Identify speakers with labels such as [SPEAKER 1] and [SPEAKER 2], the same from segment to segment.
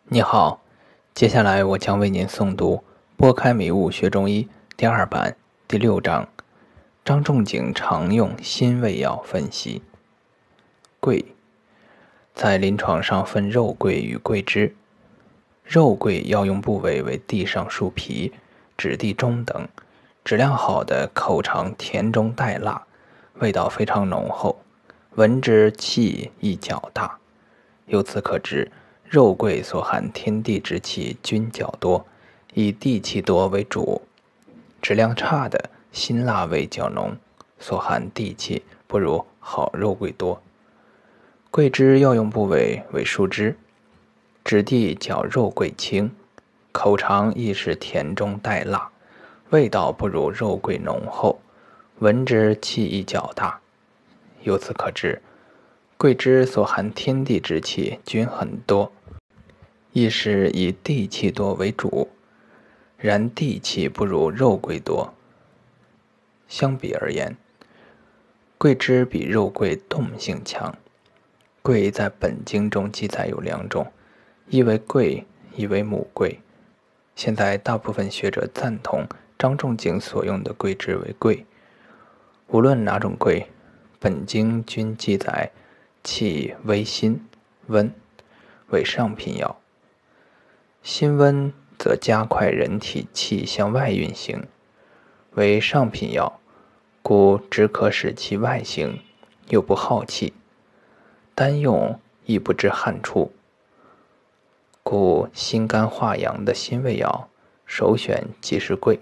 [SPEAKER 1] 你好，接下来我将为您诵读《拨开迷雾学中医》第2版第6章，张仲景常用辛味药分析。桂在临床上分肉桂与桂枝。肉桂药用部位为地上树皮、质地中等，质量好的口长甜中带辣，味道非常浓厚，闻之气亦较大。由此可知，肉桂所含天地之气均较多，以地气多为主。质量差的辛辣味较浓，所含地气不如好肉桂多。桂枝药用部位为树枝，质地较肉桂轻，口长亦是甜中带辣，味道不如肉桂浓厚，闻之气亦较大。由此可知，桂枝所含天地之气均很多，亦是以地气多为主，然地气不如肉桂多。相比而言，桂枝比肉桂动性强。桂在本经中记载有2种，一为桂，一为母桂。现在大部分学者赞同张仲景所用的桂枝为桂。无论哪种桂，本经均记载气微辛温，为上品药。辛温则加快人体气向外运行，为上品药，故只可使其外行，又不耗气，单用亦不致汗出，故心肝化阳的辛味药首选即是桂。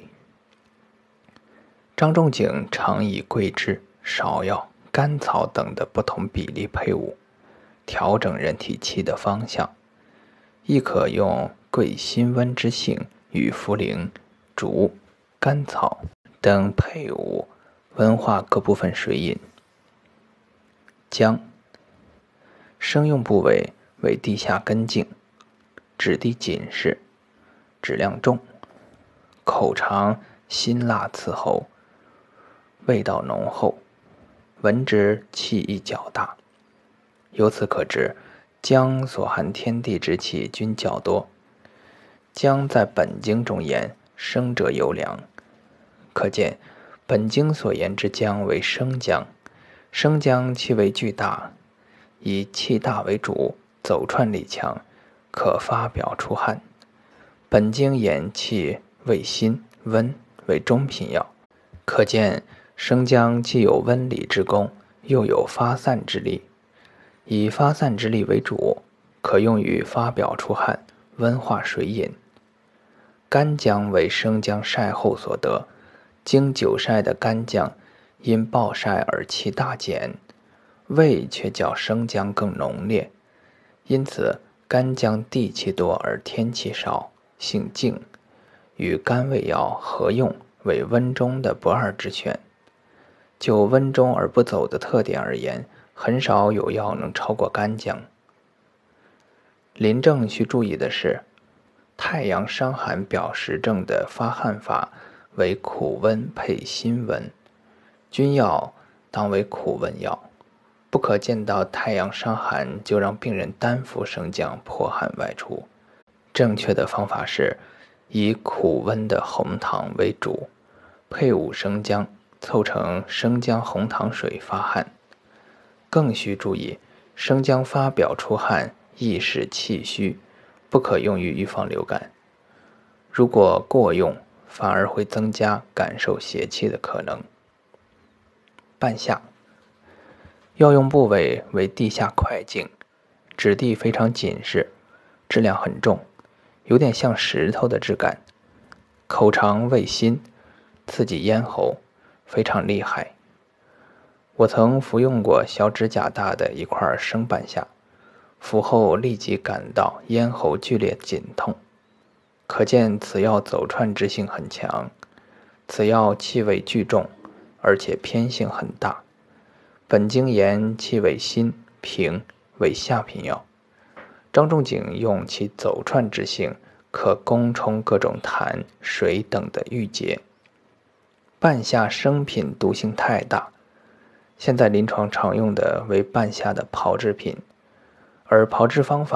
[SPEAKER 1] 张仲景常以桂枝、芍药、甘草等的不同比例配伍，调整人体气的方向，亦可用桂辛温之性与茯苓、竹、甘草等配伍，温化各部分水饮。姜生用部位为地下根茎，质地紧实，质量重，口长辛辣刺喉，味道浓厚，闻之气亦较大。由此可知，姜所含天地之气均较多。姜在本经中言生者有凉，可见本经所言之姜为生姜。生姜气味巨大，以气大为主，走窜力强，可发表出汗。本经言气味辛温，为中品药，可见生姜既有温理之功，又有发散之力。以发散之力为主，可用于发表出汗，温化水饮。干姜为生姜晒后所得，经久晒的干姜因暴晒而气大减，味却较生姜更浓烈，因此干姜地气多而天气少，性静，与甘味药合用为温中的不二之选。就温中而不走的特点而言，很少有药能超过干姜。临症需注意的是，太阳伤寒表实症的发汗法为苦温配辛温，君药当为苦温药，不可见到太阳伤寒就让病人单服生姜破汗外出。正确的方法是以苦温的红糖为主，配伍生姜，凑成生姜红糖水发汗。更需注意，生姜发表出汗易使气虚，不可用于预防流感。如果过用，反而会增加感受邪气的可能。半夏药用部位为地下块茎，质地非常紧实，质量很重，有点像石头的质感，口长味辛，刺激咽喉，非常厉害。我曾服用过小指甲大的一块生半夏，服后立即感到咽喉剧烈紧痛，可见此药走窜之性很强。此药气味巨重，而且偏性很大。本经言气味辛平，为下品药。张仲景用其走窜之性，可攻冲各种痰、水等的郁结。半夏生品毒性太大，现在临床常用的为半夏的炮制品，而炮制方法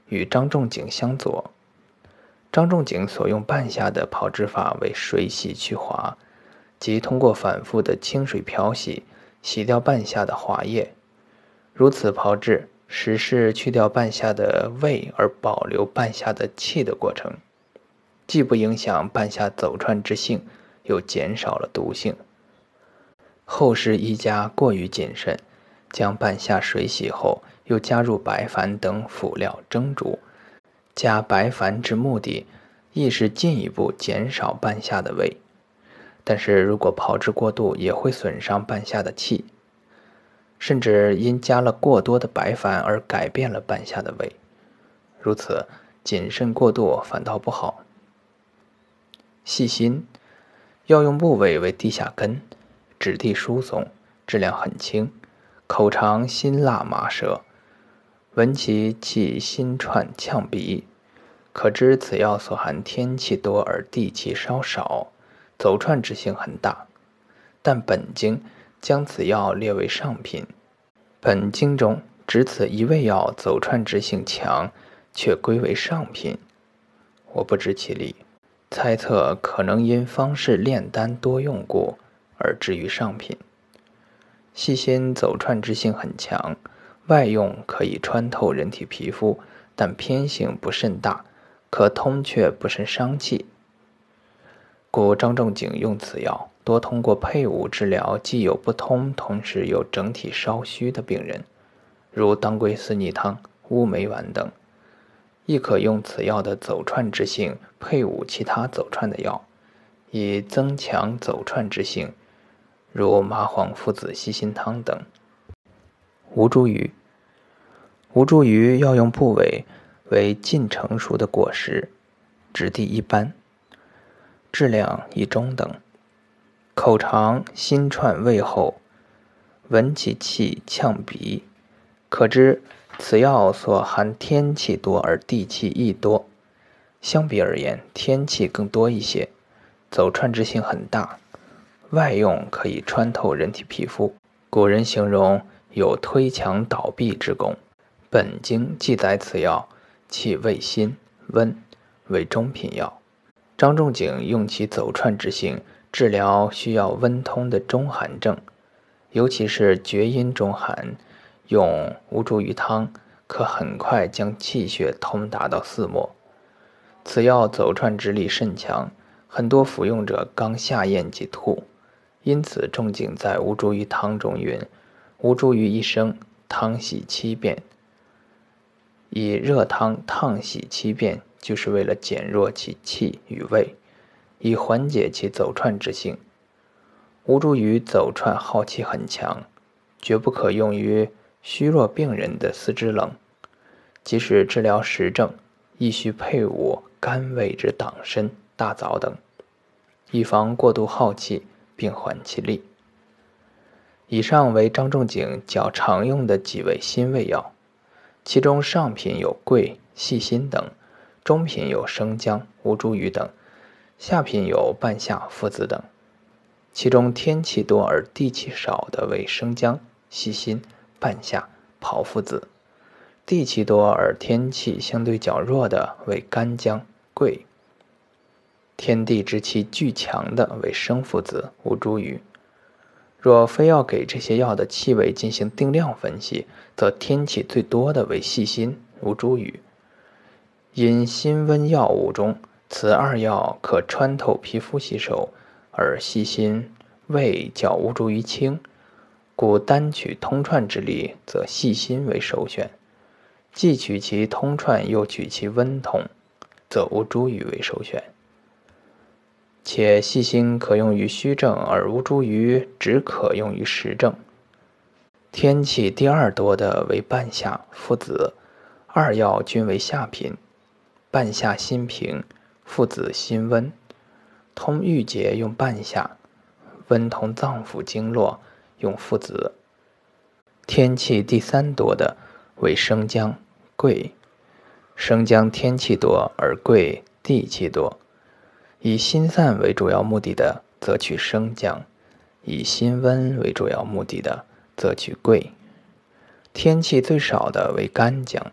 [SPEAKER 1] 与张仲景相左。张仲景所用半夏的炮制法为水洗去滑，即通过反复的清水漂洗，洗掉半夏的滑液。如此炮制，实是去掉半夏的味而保留半夏的气的过程，既不影响半夏走窜之性，又减少了毒性。后世医家过于谨慎，将半夏水洗后，又加入白矾等辅料蒸煮。加白矾之目的，亦是进一步减少半夏的味。但是如果炮制过度，也会损伤半夏的气，甚至因加了过多的白矾而改变了半夏的味。如此谨慎过度反倒不好。细辛药用部位为地下根，质地疏松，质量很轻，口长辛辣麻舌，闻其气辛串呛鼻，可知此药所含天气多而地气稍少，走窜之性很大。但本经将此药列为上品，本经中只此一味药走窜之性强，却归为上品，我不知其理，猜测可能因方士炼丹多用故而至于上品。细辛走窜之性很强，外用可以穿透人体皮肤，但偏性不甚大，可通却不甚伤气。故张仲景用此药多通过配伍治疗既有不通，同时有整体稍虚的病人，如当归四逆汤、乌梅丸等，亦可用此药的走窜之性配伍其他走窜的药，以增强走窜之性，如麻黄附子细辛汤等。吴茱萸，吴茱萸药用部位为近成熟的果实，质地一般，质量一中等，口长辛串味厚，闻其气呛鼻，可知此药所含天气多而地气亦多。相比而言，天气更多一些，走窜之性很大，外用可以穿透人体皮肤，古人形容有推墙倒壁之功。本经记载此药气味辛温，为中品药。张仲景用其走窜之性治疗需要温通的中寒症，尤其是厥阴中寒，用吴茱萸汤可很快将气血通达到四末。此药走窜之力甚强，很多服用者刚下咽即吐，因此仲景在吴茱萸汤中云：吴茱萸一生，汤洗7遍。以热汤烫洗7遍，就是为了减弱其气与味，以缓解其走窜之性。吴茱萸走窜耗气很强，绝不可用于虚弱病人的四肢冷，即使治疗实症，亦需配伍甘味之党参、大枣等，以防过度耗气，并缓其力。以上为张仲景较常用的几味辛味药，其中上品有桂、细辛等，中品有生姜、吴茱萸等，下品有半夏、附子等。其中天气多而地气少的为生姜、细辛、半夏、炮附子；地气多而天气相对较弱的为干姜、桂；天地之气俱强的为生附子、吴茱萸。若非要给这些药的气味进行定量分析，则天气最多的为细辛、吴茱萸。因辛温药物中，此二药可穿透皮肤吸收，而细辛味较吴茱萸轻，故单取通窜之力，则细辛为首选；既取其通窜，又取其温通，则吴茱萸为首选。且细辛可用于虚症，而吴茱萸只可用于实症。天气第二多的为半夏、附子，二药均为下品。半夏辛平，附子辛温，通郁结用半夏，温通脏腑经络用附子。天气第三多的为生姜、桂，生姜天气多，而桂地气多。以辛散为主要目的的，则取生姜；以辛温为主要目的的，则取桂。天气最少的为干姜，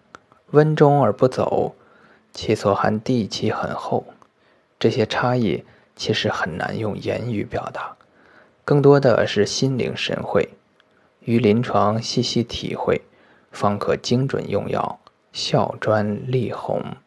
[SPEAKER 1] 温中而不走，其所含地气很厚。这些差异其实很难用言语表达，更多的是心领神会，于临床细细体会，方可精准用药，效专利红。